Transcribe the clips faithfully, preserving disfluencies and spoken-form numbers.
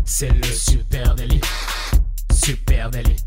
C'est le super délit. Super délit.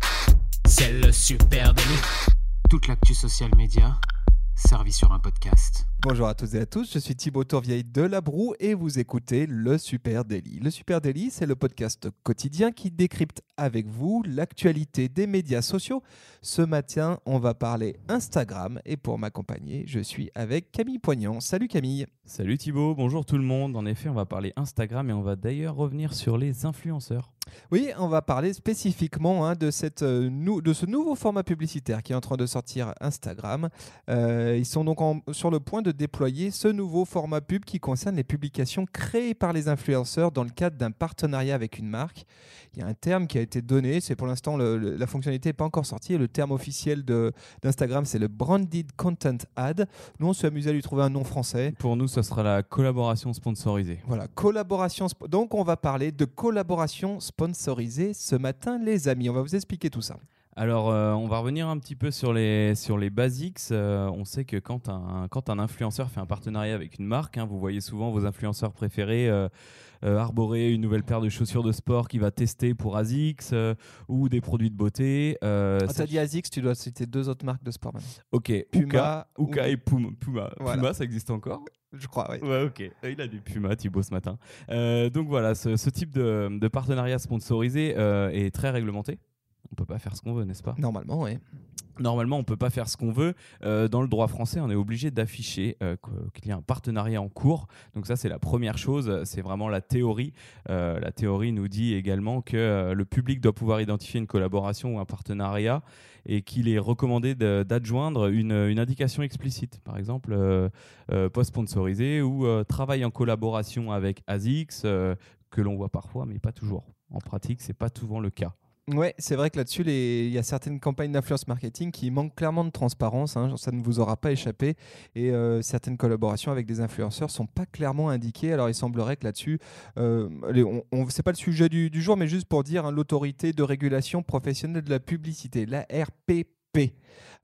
C'est le super délit. Toute l'actu social média servie sur un podcast. Bonjour à tous et à tous, je suis Thibaut Tourvieille de La Broue et vous écoutez le Super Daily. Le Super Daily, c'est le podcast quotidien qui décrypte avec vous l'actualité des médias sociaux. Ce matin, on va parler Instagram et pour m'accompagner, je suis avec Camille Poignant. Salut Camille. Salut Thibaut, bonjour tout le monde. En effet, on va parler Instagram et on va d'ailleurs revenir sur les influenceurs. Oui, on va parler spécifiquement hein, de, cette, euh, nou- de ce nouveau format publicitaire qui est en train de sortir Instagram. Euh, ils sont donc en- sur le point de déployer ce nouveau format pub qui concerne les publications créées par les influenceurs dans le cadre d'un partenariat avec une marque. Il y a un terme qui a été donné, c'est pour l'instant le- le- la fonctionnalité n'est pas encore sortie. Et le terme officiel de, d'Instagram, c'est le Branded Content Ad. Nous, on s'est amusé à lui trouver un nom français. Pour nous, ce sera la collaboration sponsorisée. Voilà, collaboration. sp- Donc, on va parler de collaboration sponsorisée ce matin, les amis. On va vous expliquer tout ça. Alors, euh, on va revenir un petit peu sur les, sur les basics. Euh, on sait que quand un, quand un influenceur fait un partenariat avec une marque, hein, vous voyez souvent vos influenceurs préférés euh, euh, arborer une nouvelle paire de chaussures de sport qu'il va tester pour ASICS euh, ou des produits de beauté. Euh, Ah, t'as dit ASICS, tu dois citer deux autres marques de sport maintenant. Ok, Puma, Uka, Uka ou- et Puma. Puma. Voilà. Puma, ça existe encore? Je crois, oui. Ouais, ok. Il a du Puma, Thibaut, ce matin. Euh, donc voilà, ce, ce type de, de partenariat sponsorisé euh, est très réglementé. On peut pas faire ce qu'on veut, n'est-ce pas ? Normalement, oui. Normalement, on peut pas faire ce qu'on veut. Euh, dans le droit français, on est obligé d'afficher euh, qu'il y a un partenariat en cours. Donc ça, c'est la première chose. C'est vraiment la théorie. Euh, la théorie nous dit également que euh, le public doit pouvoir identifier une collaboration ou un partenariat et qu'il est recommandé de- d'adjoindre une, une indication explicite. Par exemple, euh, euh, post sponsorisé ou euh, travail en collaboration avec ASICS, euh, que l'on voit parfois, mais pas toujours. En pratique, c'est pas souvent le cas. Ouais, c'est vrai que là-dessus, les- il y a certaines campagnes d'influence marketing qui manquent clairement de transparence. Hein, ça ne vous aura pas échappé. Et euh, certaines collaborations avec des influenceurs ne sont pas clairement indiquées. Alors, il semblerait que là-dessus, euh, allez, on, on, c'est pas le sujet du, du jour, mais juste pour dire, hein, l'autorité de régulation professionnelle de la publicité, la R P P.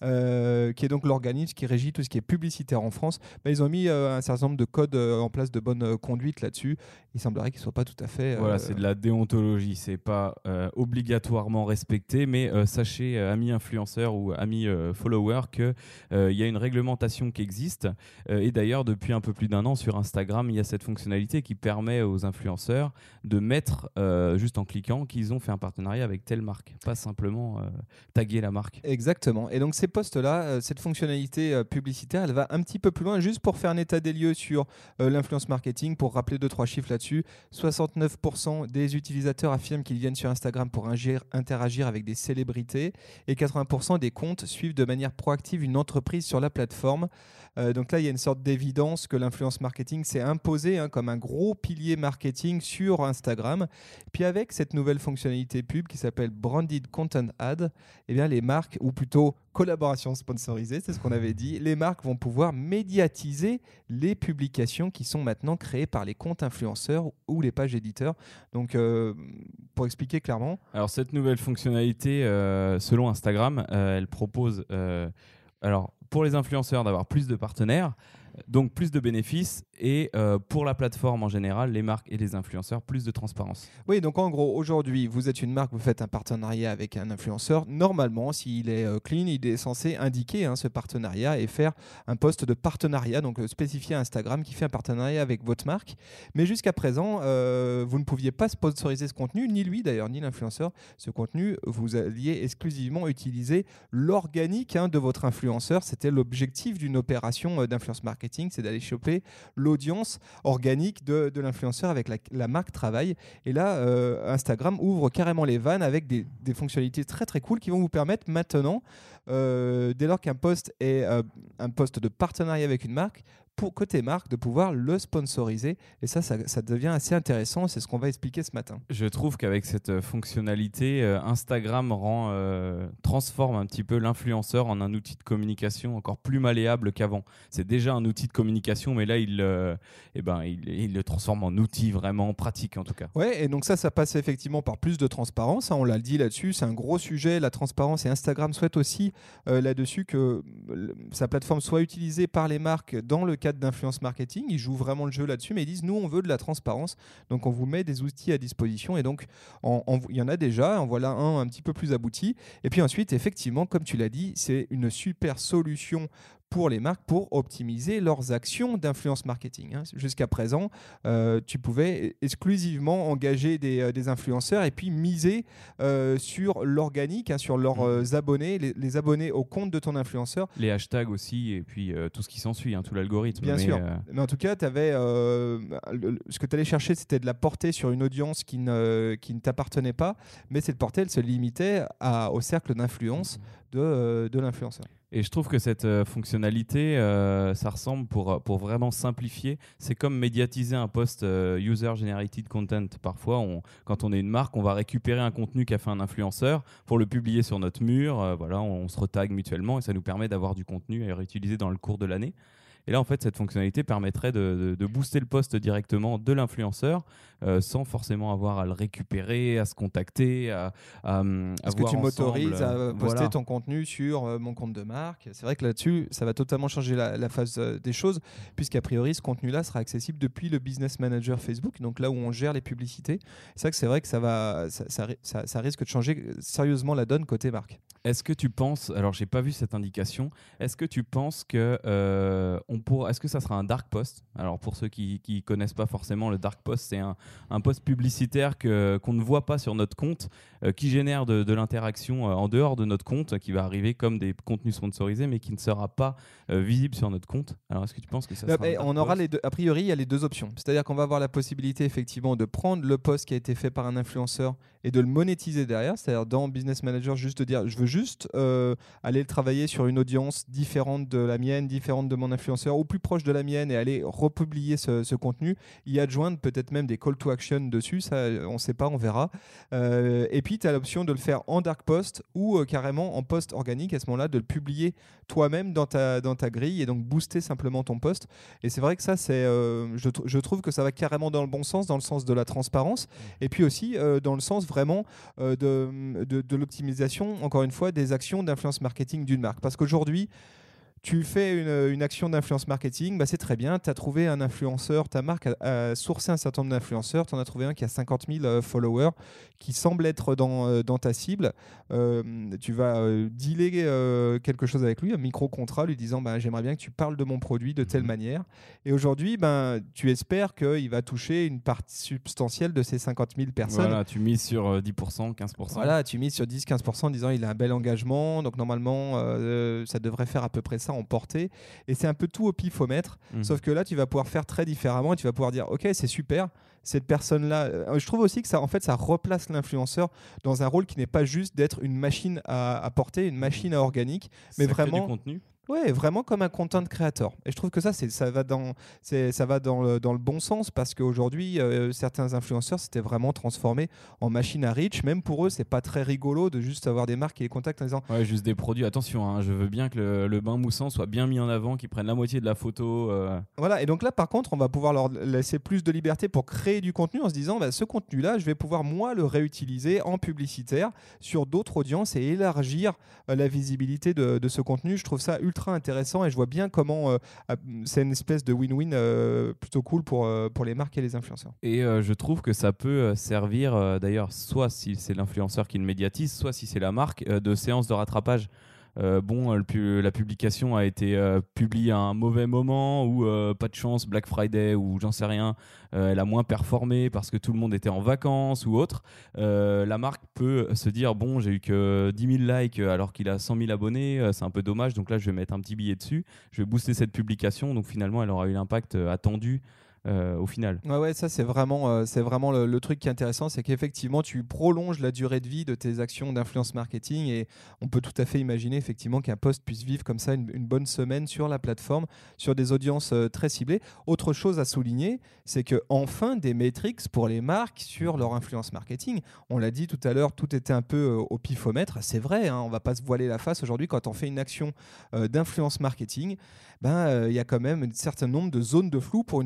Euh, qui est donc l'organisme qui régit tout ce qui est publicitaire en France, bah, ils ont mis euh, un certain nombre de codes euh, en place de bonne euh, conduite là-dessus. Il semblerait qu'ils ne soient pas tout à fait... euh, Voilà, c'est de la déontologie, c'est pas euh, obligatoirement respecté, mais euh, sachez, euh, amis influenceurs ou amis euh, followers, qu'il euh, y a une réglementation qui existe. Euh, et d'ailleurs, depuis un peu plus d'un an, sur Instagram, il y a cette fonctionnalité qui permet aux influenceurs de mettre, euh, juste en cliquant, qu'ils ont fait un partenariat avec telle marque, pas simplement euh, taguer la marque. Exactement. Et donc ces postes-là, euh, cette fonctionnalité euh, publicitaire, elle va un petit peu plus loin, juste pour faire un état des lieux sur euh, l'influence marketing, pour rappeler deux, trois chiffres là-dessus. soixante-neuf pour cent des utilisateurs affirment qu'ils viennent sur Instagram pour ingir- interagir avec des célébrités et quatre-vingts pour cent des comptes suivent de manière proactive une entreprise sur la plateforme. Euh, donc là, il y a une sorte d'évidence que l'influence marketing s'est imposée hein, comme un gros pilier marketing sur Instagram. Puis avec cette nouvelle fonctionnalité pub qui s'appelle Branded Content Ad, eh bien, les marques, ou plutôt collaboration sponsorisée, c'est ce qu'on avait dit, les marques vont pouvoir médiatiser les publications qui sont maintenant créées par les comptes influenceurs ou les pages éditeurs. Donc, euh, pour expliquer clairement... Alors cette nouvelle fonctionnalité, euh, selon Instagram, euh, elle propose, euh, alors pour les influenceurs d'avoir plus de partenaires, donc plus de bénéfices, et euh, pour la plateforme en général, les marques et les influenceurs, plus de transparence. Oui, donc en gros, aujourd'hui, vous êtes une marque, vous faites un partenariat avec un influenceur. Normalement, s'il est euh, clean, il est censé indiquer hein, ce partenariat et faire un post de partenariat, donc euh, spécifier à Instagram qui fait un partenariat avec votre marque. Mais jusqu'à présent, euh, vous ne pouviez pas sponsoriser ce contenu, ni lui d'ailleurs, ni l'influenceur. Ce contenu, vous alliez exclusivement utiliser l'organique hein, de votre influenceur. C'était l'objectif d'une opération euh, d'influence marketing, c'est d'aller choper l'audience organique de, de l'influenceur avec la, la marque travaille. Et là, euh, Instagram ouvre carrément les vannes avec des, des fonctionnalités très très cool qui vont vous permettre maintenant, euh, dès lors qu'un post est euh, un post de partenariat avec une marque, pour côté marque, de pouvoir le sponsoriser. Et ça, ça, ça devient assez intéressant. C'est ce qu'on va expliquer ce matin. Je trouve qu'avec cette fonctionnalité, euh, Instagram rend, euh, transforme un petit peu l'influenceur en un outil de communication encore plus malléable qu'avant. C'est déjà un outil de communication, mais là, il, euh, eh ben, il, il le transforme en outil vraiment pratique, en tout cas. Ouais, et donc ça, ça passe effectivement par plus de transparence. Hein, on l'a dit là-dessus, c'est un gros sujet, la transparence. Et Instagram souhaite aussi euh, là-dessus que euh, sa plateforme soit utilisée par les marques dans le cadre cadre d'influence marketing. Ils jouent vraiment le jeu là-dessus, mais ils disent, nous, on veut de la transparence. Donc, on vous met des outils à disposition. Et donc, en, en, il y en a déjà. En voilà un un petit peu plus abouti. Et puis ensuite, effectivement, comme tu l'as dit, c'est une super solution pour les marques pour optimiser leurs actions d'influence marketing. Hein. Jusqu'à présent, euh, tu pouvais exclusivement engager des, euh, des influenceurs et puis miser euh, sur l'organique, hein, sur leurs euh, abonnés, les, les abonnés au compte de ton influenceur. Les hashtags aussi et puis euh, tout ce qui s'ensuit, hein, tout l'algorithme. Bien mais sûr. Euh... Mais en tout cas, avais, euh, le, ce que tu allais chercher, c'était de la portée sur une audience qui ne, qui ne t'appartenait pas, mais cette portée, elle se limitait à, au cercle d'influence de, euh, de l'influenceur. Et je trouve que cette euh, fonctionnalité, euh, ça ressemble, pour, pour vraiment simplifier, c'est comme médiatiser un post euh, user-generated content. Parfois, on, quand on est une marque, on va récupérer un contenu qu'a fait un influenceur pour le publier sur notre mur. Euh, voilà, on, on se retag mutuellement et ça nous permet d'avoir du contenu à réutiliser dans le cours de l'année. Et là, en fait, cette fonctionnalité permettrait de, de, de booster le post directement de l'influenceur euh, sans forcément avoir à le récupérer, à se contacter, à, à, à Est-ce que tu m'autorises à euh, poster voilà. ton contenu sur euh, mon compte de marque? C'est vrai que là-dessus, ça va totalement changer la, la phase euh, des choses, puisqu'a priori, ce contenu-là sera accessible depuis le Business Manager Facebook, donc là où on gère les publicités. C'est vrai que c'est vrai que ça, va, ça, ça, ça, ça risque de changer sérieusement la donne côté marque. Est-ce que tu penses, alors j'ai pas vu cette indication, est-ce que tu penses que euh, on pourra, est-ce que ça sera un dark post? Alors pour ceux qui qui connaissent pas forcément, le dark post, c'est un, un post publicitaire que qu'on ne voit pas sur notre compte, euh, qui génère de, de l'interaction euh, en dehors de notre compte, qui va arriver comme des contenus sponsorisés, mais qui ne sera pas euh, visible sur notre compte. Alors est-ce que tu penses que ça Là, sera un dark on aura post? les deux, a priori, il y a les deux options. C'est-à-dire qu'on va avoir la possibilité effectivement de prendre le post qui a été fait par un influenceur et de le monétiser derrière. C'est-à-dire dans Business Manager, juste de dire, je veux juste euh, aller travailler sur une audience différente de la mienne, différente de mon influenceur, ou plus proche de la mienne, et aller republier ce, ce contenu, y adjoindre peut-être même des call to action dessus, ça on ne sait pas, on verra. Euh, et puis tu as l'option de le faire en dark post ou euh, carrément en post organique, à ce moment-là, de le publier toi-même dans ta, dans ta grille et donc booster simplement ton post. Et c'est vrai que ça, c'est, euh, je, je trouve que ça va carrément dans le bon sens, dans le sens de la transparence, et puis aussi euh, dans le sens vraiment euh, de, de, de l'optimisation, encore une fois, des actions d'influence marketing d'une marque. Parce qu'aujourd'hui, tu fais une, une action d'influence marketing, bah c'est très bien, tu as trouvé un influenceur, ta marque a, a sourcé un certain nombre d'influenceurs, tu en as trouvé un qui a cinquante mille euh, followers, qui semble être dans, euh, dans ta cible. Euh, tu vas euh, dealer euh, quelque chose avec lui, un micro-contrat, lui disant bah, j'aimerais bien que tu parles de mon produit de telle manière. Et aujourd'hui, ben, tu espères qu'il va toucher une partie substantielle de ces cinquante mille personnes. Voilà, tu mises sur euh, dix pour cent, quinze pour cent. Voilà, tu mises sur dix à quinze pour cent en disant il a un bel engagement, donc normalement, euh, ça devrait faire à peu près ça en portée. Et c'est un peu tout au pifomètre, mmh. Sauf que là, tu vas pouvoir faire très différemment et tu vas pouvoir dire ok, c'est super, cette personne-là. Euh, je trouve aussi que ça, en fait, ça replace l'influenceur dans un rôle qui n'est pas juste d'être une machine à, à porter, une machine à organique, mais ça vraiment. Crée du contenu. Ouais, vraiment comme un content creator. Et je trouve que ça, c'est, ça va, dans, c'est, ça va dans, le, dans le bon sens parce qu'aujourd'hui, euh, certains influenceurs s'étaient vraiment transformés en machine à reach. Même pour eux, c'est pas très rigolo de juste avoir des marques qui les contactent en disant ouais, juste des produits. Attention, hein, je veux bien que le, le bain moussant soit bien mis en avant, qu'ils prennent la moitié de la photo. Euh... Voilà, et donc là, par contre, on va pouvoir leur laisser plus de liberté pour créer du contenu en se disant bah, ce contenu-là, je vais pouvoir moi le réutiliser en publicitaire sur d'autres audiences et élargir euh, la visibilité de, de ce contenu. Je trouve ça ultra intéressant et je vois bien comment euh, c'est une espèce de win-win euh, plutôt cool pour, euh, pour les marques et les influenceurs. Et euh, je trouve que ça peut servir euh, d'ailleurs soit si c'est l'influenceur qui le médiatise, soit si c'est la marque, euh, de séance de rattrapage. Euh, bon, euh, le, la publication a été euh, publiée à un mauvais moment ou euh, pas de chance, Black Friday ou j'en sais rien, euh, elle a moins performé parce que tout le monde était en vacances ou autre. Euh, la marque peut se dire bon, j'ai eu que dix mille likes alors qu'il a cent mille abonnés, euh, c'est un peu dommage, donc là je vais mettre un petit billet dessus, je vais booster cette publication, donc finalement elle aura eu l'impact attendu. Euh, au final. Ouais, ouais, ça c'est vraiment, euh, c'est vraiment le, le truc qui est intéressant, c'est qu'effectivement tu prolonges la durée de vie de tes actions d'influence marketing et on peut tout à fait imaginer effectivement qu'un post puisse vivre comme ça une, une bonne semaine sur la plateforme, sur des audiences euh, très ciblées. Autre chose à souligner, c'est que enfin des métriques pour les marques sur leur influence marketing. On l'a dit tout à l'heure, tout était un peu euh, au pifomètre, c'est vrai, hein, on va pas se voiler la face aujourd'hui quand on fait une action euh, d'influence marketing, ben il euh, y a quand même un certain nombre de zones de flou pour une simple et bonne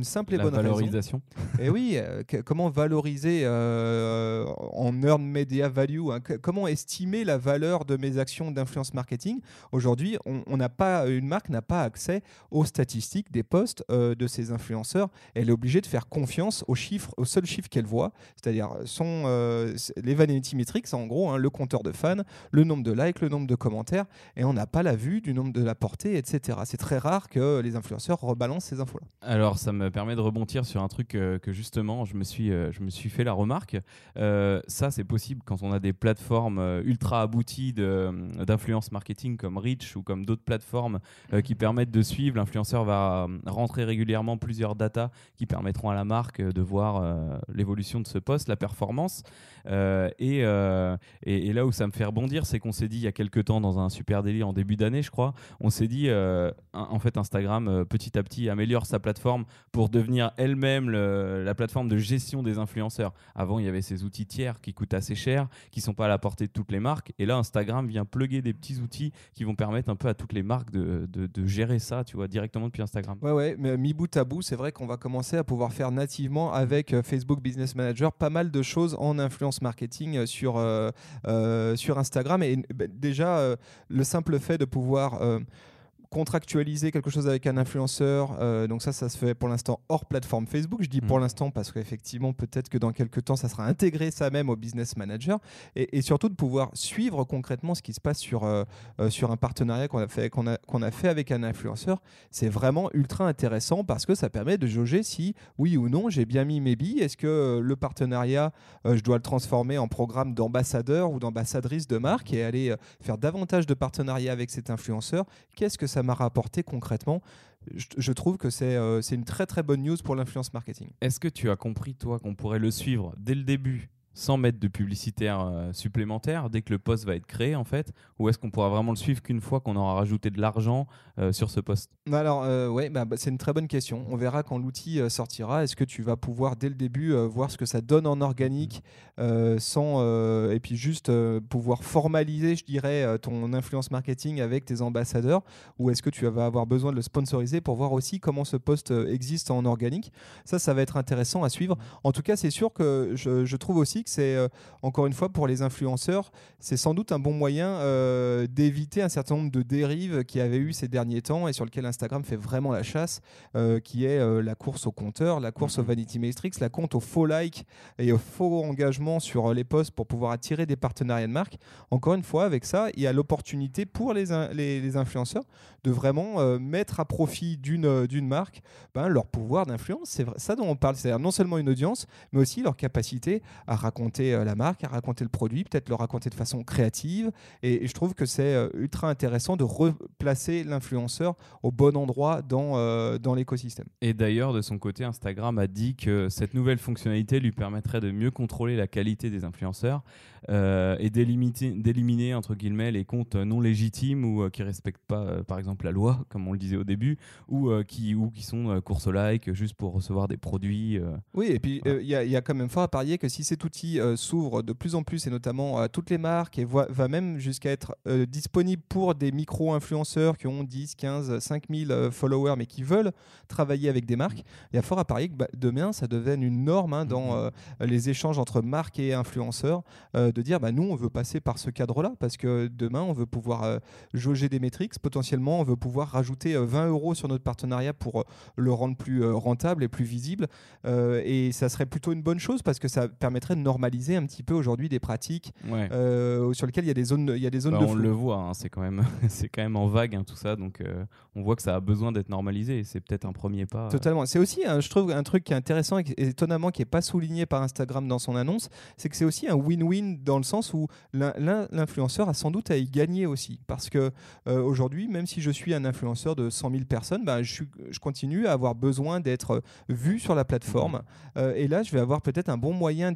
bonne valorisation. raison. Et oui, euh, que, comment valoriser euh, en earned media value, hein, que, comment estimer la valeur de mes actions d'influence marketing. Aujourd'hui, on, on n'a pas, une marque n'a pas accès aux statistiques des posts euh, de ses influenceurs. Elle est obligée de faire confiance aux chiffres, aux seuls chiffres qu'elle voit, c'est-à-dire son, euh, les vanity metrics, en gros, hein, le compteur de fans, le nombre de likes, le nombre de commentaires, et on n'a pas la vue du nombre de la portée, et cetera. C'est très rare que les influenceurs rebalancent ces infos-là. Alors, ça me permet de rebondir sur un truc euh, que justement, je me suis, euh, je me suis fait la remarque. Euh, ça, c'est possible quand on a des plateformes euh, ultra abouties de, d'influence marketing comme Reach ou comme d'autres plateformes euh, qui permettent de suivre. L'influenceur va euh, rentrer régulièrement plusieurs datas qui permettront à la marque euh, de voir euh, l'évolution de ce poste, la performance. Euh, et, euh, et, et là où ça me fait rebondir, c'est qu'on s'est dit il y a quelques temps dans un super délit en début d'année, je crois, on s'est dit euh, en fait Instagram euh, petit à petit améliore sa plateforme pour devenir elle-même le, la plateforme de gestion des influenceurs. Avant, il y avait ces outils tiers qui coûtent assez cher, qui ne sont pas à la portée de toutes les marques. Et là, Instagram vient plugger des petits outils qui vont permettre un peu à toutes les marques de, de, de gérer ça, tu vois, directement depuis Instagram. Ouais, ouais, mais mis bout à bout, c'est vrai qu'on va commencer à pouvoir faire nativement avec euh, Facebook Business Manager pas mal de choses en influence marketing sur, euh, euh, sur Instagram. Et bah, déjà, euh, le simple fait de pouvoir euh, contractualiser quelque chose avec un influenceur, euh, donc ça, ça se fait pour l'instant hors plateforme Facebook. Je dis pour Mmh. l'instant parce qu'effectivement, peut-être que dans quelques temps, ça sera intégré ça même au Business Manager, et, et surtout de pouvoir suivre concrètement ce qui se passe sur, euh, euh, sur un partenariat qu'on a fait, qu'on a, qu'on a fait avec un influenceur. C'est vraiment ultra intéressant parce que ça permet de jauger si, oui ou non, j'ai bien mis mes billes. Est-ce que euh, le partenariat, euh, je dois le transformer en programme d'ambassadeur ou d'ambassadrice de marque et aller euh, faire davantage de partenariats avec cet influenceur? Qu'est-ce que ça m'a rapporté concrètement? Je, je trouve que c'est euh, c'est une très très bonne news pour l'influence marketing. Est-ce que tu as compris, toi, qu'on pourrait le suivre dès le début sans mettre de publicitaire euh, supplémentaire dès que le post va être créé, en fait? Ou est-ce qu'on pourra vraiment le suivre qu'une fois qu'on aura rajouté de l'argent euh, sur ce post? Alors, euh, ouais, bah, bah, c'est une très bonne question. On verra quand l'outil euh, sortira. Est-ce que tu vas pouvoir dès le début euh, voir ce que ça donne en organique euh, sans, euh, et puis juste euh, pouvoir formaliser, je dirais, euh, ton influence marketing avec tes ambassadeurs? Ou est-ce que tu vas avoir besoin de le sponsoriser pour voir aussi comment ce post euh, existe en organique? Ça, ça va être intéressant à suivre. En tout cas, c'est sûr que je, je trouve aussi que c'est, euh, encore une fois, pour les influenceurs, c'est sans doute un bon moyen euh, d'éviter un certain nombre de dérives qu'il y avait eu ces derniers temps et sur lequel Instagram fait vraiment la chasse, euh, qui est euh, la course au compteur, la course Mhm. au vanity metrics, la compte aux faux likes et aux faux engagements sur euh, les posts pour pouvoir attirer des partenariats de marque. Encore une fois, avec ça, il y a l'opportunité pour les, in- les, les influenceurs de vraiment euh, mettre à profit d'une euh, d'une marque ben, leur pouvoir d'influence. C'est vrai- ça dont on parle, c'est-à-dire non seulement une audience, mais aussi leur capacité à raconter euh, la marque, à raconter le produit, peut-être le raconter de façon créative. Et, et je trouve que c'est euh, ultra intéressant de replacer l'influenceur au bon endroit dans, euh, dans l'écosystème. Et d'ailleurs, de son côté, Instagram a dit que cette nouvelle fonctionnalité lui permettrait de mieux contrôler la qualité des influenceurs euh, et d'éliminer, d'éliminer, entre guillemets, les comptes non légitimes ou euh, qui ne respectent pas, euh, par exemple, la loi, comme on le disait au début, ou, euh, qui, ou qui sont euh, course au like juste pour recevoir des produits. euh. Oui, et puis il Voilà. euh, y, a- y a quand même fort à parier que si cet outil euh, s'ouvre de plus en plus, et notamment à toutes les marques, et voit- va même jusqu'à être euh, disponible pour des micro-influenceurs qui ont dix, quinze, cinq mille euh, followers, mais qui veulent travailler avec des marques, il y a fort à parier que bah, demain, ça devienne une norme hein, dans euh, les échanges entre marques et influenceurs, euh, de dire, bah, nous, on veut passer par ce cadre-là, parce que demain, on veut pouvoir euh, jauger des métriques, potentiellement, on veut pouvoir rajouter euh, vingt euros sur notre partenariat pour euh, le rendre plus euh, rentable et plus visible. Euh, et ça serait plutôt une bonne chose parce que ça permettrait de normaliser un petit peu aujourd'hui des pratiques Ouais. euh, sur lesquelles il y a des zones, il y a des zones Bah, de on flou. le voit, hein, c'est quand même, c'est quand même en vague hein, tout ça, donc euh, on voit que ça a besoin d'être normalisé. Et c'est peut-être un premier pas. euh. Totalement. C'est aussi, hein, je trouve, un truc qui est intéressant et qui- et étonnamment qui n'est pas souligné par Instagram dans son annonce, c'est que c'est aussi un win-win dans le sens où l'in- l'in- l'influenceur a sans doute à y gagner aussi. Parce que euh, aujourd'hui, même si je suis un influenceur de cent mille personnes, bah, je, suis- je continue à avoir besoin d'être vu sur la plateforme. Euh, et là, je vais avoir peut-être un bon moyen d'y être présent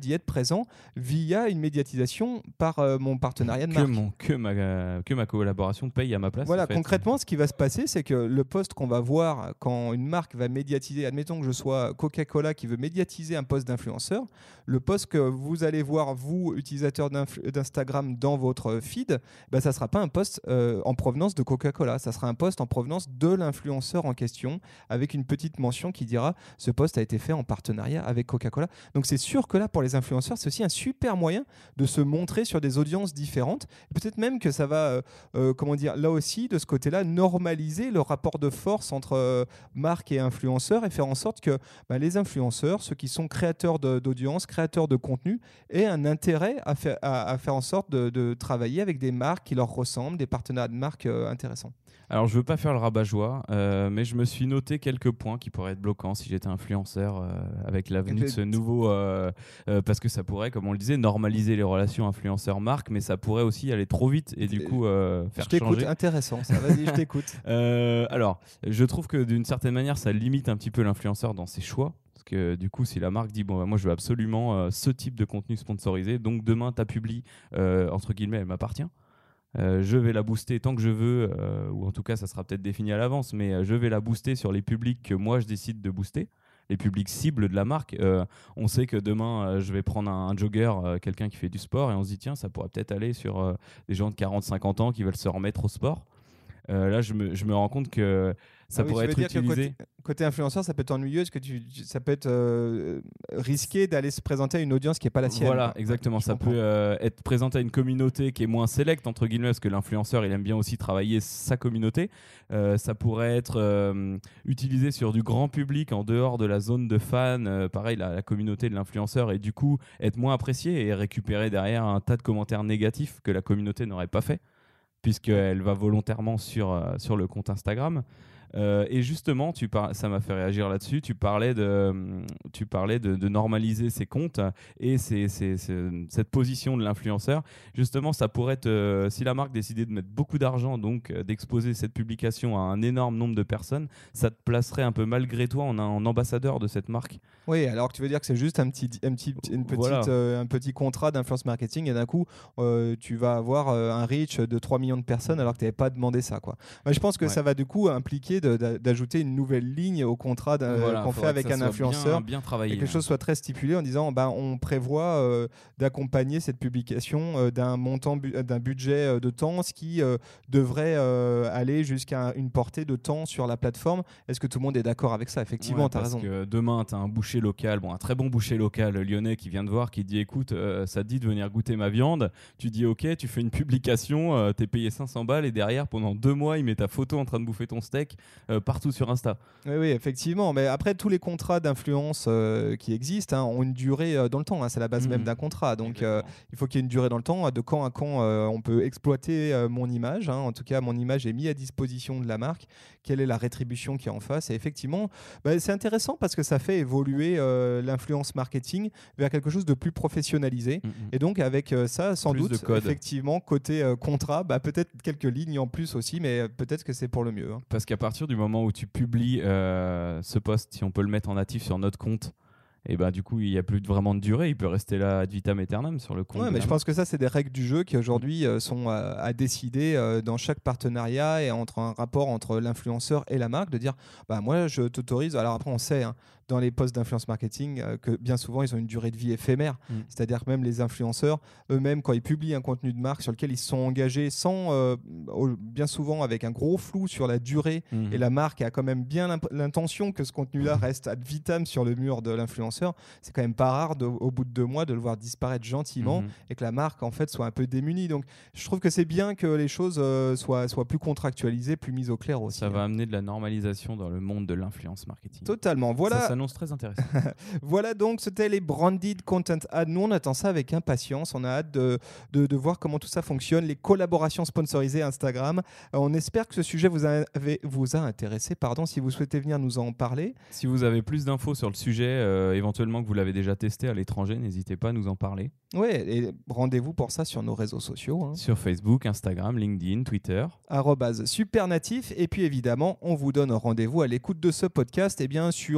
présent via une médiatisation par euh, mon partenariat de que marque. Mon, que, ma, que ma collaboration paye à ma place. Voilà, en fait. concrètement, ce qui va se passer, c'est que le post qu'on va voir quand une marque va médiatiser, admettons que je sois Coca-Cola qui veut médiatiser un post d'influenceur, le post que vous allez voir, vous, utilisateurs d'Instagram, dans votre feed, bah, ça ne sera pas un post euh, en provenance de Coca-Cola, ça sera un post en provenance de l'influenceur en question, avec une petite mention qui dira « ce post a été fait en partenariat avec Coca-Cola ». Donc c'est sûr que là, pour les influenceurs, c'est aussi un super moyen de se montrer sur des audiences différentes. Peut-être même que ça va, euh, euh, comment dire, là aussi, de ce côté-là, normaliser le rapport de force entre euh, marque et influenceurs et faire en sorte que bah, les influenceurs, ceux qui sont créateurs de, d'audience, créateurs de contenu, aient un intérêt à, faire, à, à faire en sorte de, de travailler avec des marques qui leur ressemblent, des partenariats de marques euh, intéressants. Alors, je veux pas faire le rabat-joie, euh, mais je me suis noté quelques points qui pourraient être bloquants si j'étais influenceur euh, avec l'avenue de ce nouveau... Euh, euh, parce que ça pourrait, comme on le disait, normaliser les relations influenceur-marque, mais ça pourrait aussi aller trop vite et du coup euh, faire je changer. Je t'écoute, intéressant ça. Vas-y, je t'écoute. euh, alors, je trouve que d'une certaine manière, ça limite un petit peu l'influenceur dans ses choix. Parce que du coup, si la marque dit bon, bah, moi je veux absolument euh, ce type de contenu sponsorisé, donc demain ta publi, euh, entre guillemets, elle m'appartient. Euh, je vais la booster tant que je veux, euh, ou en tout cas ça sera peut-être défini à l'avance, mais euh, je vais la booster sur les publics que moi je décide de booster, les publics cibles de la marque. Euh, on sait que demain euh, je vais prendre un, un jogger, euh, quelqu'un qui fait du sport, et on se dit tiens, ça pourrait peut-être aller sur euh, des gens de quarante à cinquante ans qui veulent se remettre au sport. Euh, là je me, je me rends compte que ça ah oui, pourrait être utilisé. Côté, côté influenceur, ça peut être ennuyeux, parce que tu, tu, ça peut être euh, risqué d'aller se présenter à une audience qui n'est pas la sienne. Voilà, quoi. exactement. Ouais, ça comprends. peut euh, être présenté à une communauté qui est moins sélecte, entre guillemets, parce que l'influenceur, il aime bien aussi travailler sa communauté. Euh, ça pourrait être euh, utilisé sur du grand public en dehors de la zone de fans, euh, pareil, la, la communauté de l'influenceur, et du coup, être moins apprécié et récupérer derrière un tas de commentaires négatifs que la communauté n'aurait pas fait, puisqu'elle va volontairement sur, euh, sur le compte Instagram. Euh, et justement, tu par... ça m'a fait réagir là-dessus, tu parlais de, tu parlais de, de normaliser ces comptes et ces, ces, ces, cette position de l'influenceur. Justement, ça pourrait être, euh, si la marque décidait de mettre beaucoup d'argent, donc euh, d'exposer cette publication à un énorme nombre de personnes, ça te placerait un peu malgré toi en, en ambassadeur de cette marque. Oui, alors que tu veux dire que c'est juste un petit, un petit, une petite, voilà. euh, un petit contrat d'influence marketing et d'un coup, euh, tu vas avoir euh, un reach de trois millions de personnes alors que tu n'avais pas demandé ça. Quoi. Mais je pense que ouais. ça va du coup impliquer de, de, d'ajouter une nouvelle ligne au contrat voilà, qu'on fait avec un influenceur. Bien, bien travaillé, et que quelque chose soit très stipulé en disant bah, on prévoit euh, d'accompagner cette publication euh, d'un montant, bu- d'un budget euh, de temps, ce qui euh, devrait euh, aller jusqu'à une portée de temps sur la plateforme. Est-ce que tout le monde est d'accord avec ça? Effectivement, ouais, tu as raison. Parce que demain, tu as un boucher local, bon, un très bon boucher local lyonnais qui vient te voir, qui dit écoute, euh, ça te dit de venir goûter ma viande. Tu dis ok, tu fais une publication, euh, tu es payé cinq cents balles et derrière, pendant deux mois, il met ta photo en train de bouffer ton steak euh, partout sur Insta. Oui, oui, effectivement. Mais après, tous les contrats d'influence euh, qui existent hein, ont une durée euh, dans le temps. Hein, c'est la base mmh. même d'un contrat. Donc, euh, il faut qu'il y ait une durée dans le temps. De quand à quand euh, on peut exploiter euh, mon image. Hein. En tout cas, mon image est mise à disposition de la marque. Quelle est la rétribution qui est en face? Et effectivement, bah, c'est intéressant parce que ça fait évoluer euh, l'influence marketing vers quelque chose de plus professionnalisé. Mmh. Et donc, avec euh, ça, sans plus doute, effectivement, côté euh, contrat, bah, peut-être quelques lignes en plus aussi, mais peut-être que c'est pour le mieux. Hein. Parce qu'à partir du moment où tu publies euh, ce post, si on peut le mettre en natif sur notre compte, et ben du coup il n'y a plus vraiment de durée, il peut rester là ad vitam aeternam sur le compte. Ouais, mais je pense que ça c'est des règles du jeu qui aujourd'hui euh, sont euh, à décider euh, dans chaque partenariat et entre un rapport entre l'influenceur et la marque de dire bah moi je t'autorise. Alors après on sait hein, dans les postes d'influence marketing euh, que bien souvent ils ont une durée de vie éphémère, mmh. c'est-à-dire que même les influenceurs eux-mêmes quand ils publient un contenu de marque sur lequel ils se sont engagés sans euh, bien souvent avec un gros flou sur la durée mmh. et la marque a quand même bien l'intention que ce contenu-là reste ad vitam sur le mur de l'influenceur. C'est quand même pas rare de, au bout de deux mois de le voir disparaître gentiment mmh. et que la marque en fait soit un peu démunie. Donc je trouve que c'est bien que les choses euh, soient, soient plus contractualisées, plus mises au clair aussi. Ça hein. va amener de la normalisation dans le monde de l'influence marketing. Totalement. Voilà. Ça s'annonce très intéressant. Voilà donc c'était les branded content ads. Nous on attend ça avec impatience. On a hâte de, de, de voir comment tout ça fonctionne. Les collaborations sponsorisées Instagram. Euh, on espère que ce sujet vous a, vous a intéressé. Pardon, si vous souhaitez venir nous en parler. Si vous avez plus d'infos sur le sujet, euh, éventuellement que vous l'avez déjà testé à l'étranger, n'hésitez pas à nous en parler. Oui, et rendez-vous pour ça sur nos réseaux sociaux. Hein. Sur Facebook, Instagram, LinkedIn, Twitter. arobase supernatif. Et puis évidemment, on vous donne rendez-vous à l'écoute de ce podcast et bien sur vos plateformes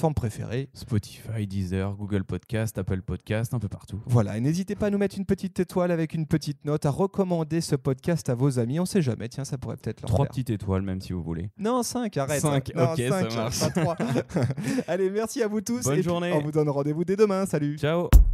plateformes préférées. Spotify, Deezer, Google Podcast, Apple Podcast, un peu partout. Voilà, et n'hésitez pas à nous mettre une petite étoile avec une petite note, à recommander ce podcast à vos amis. On sait jamais, tiens, ça pourrait peut-être leur Trois plaire. petites étoiles, même si vous voulez. Non, cinq, arrête. Cinq, non, ok, cinq, ça marche. pas trois. Allez, merci à vous tous. Bonne et journée. On vous donne rendez-vous dès demain. Salut. Ciao.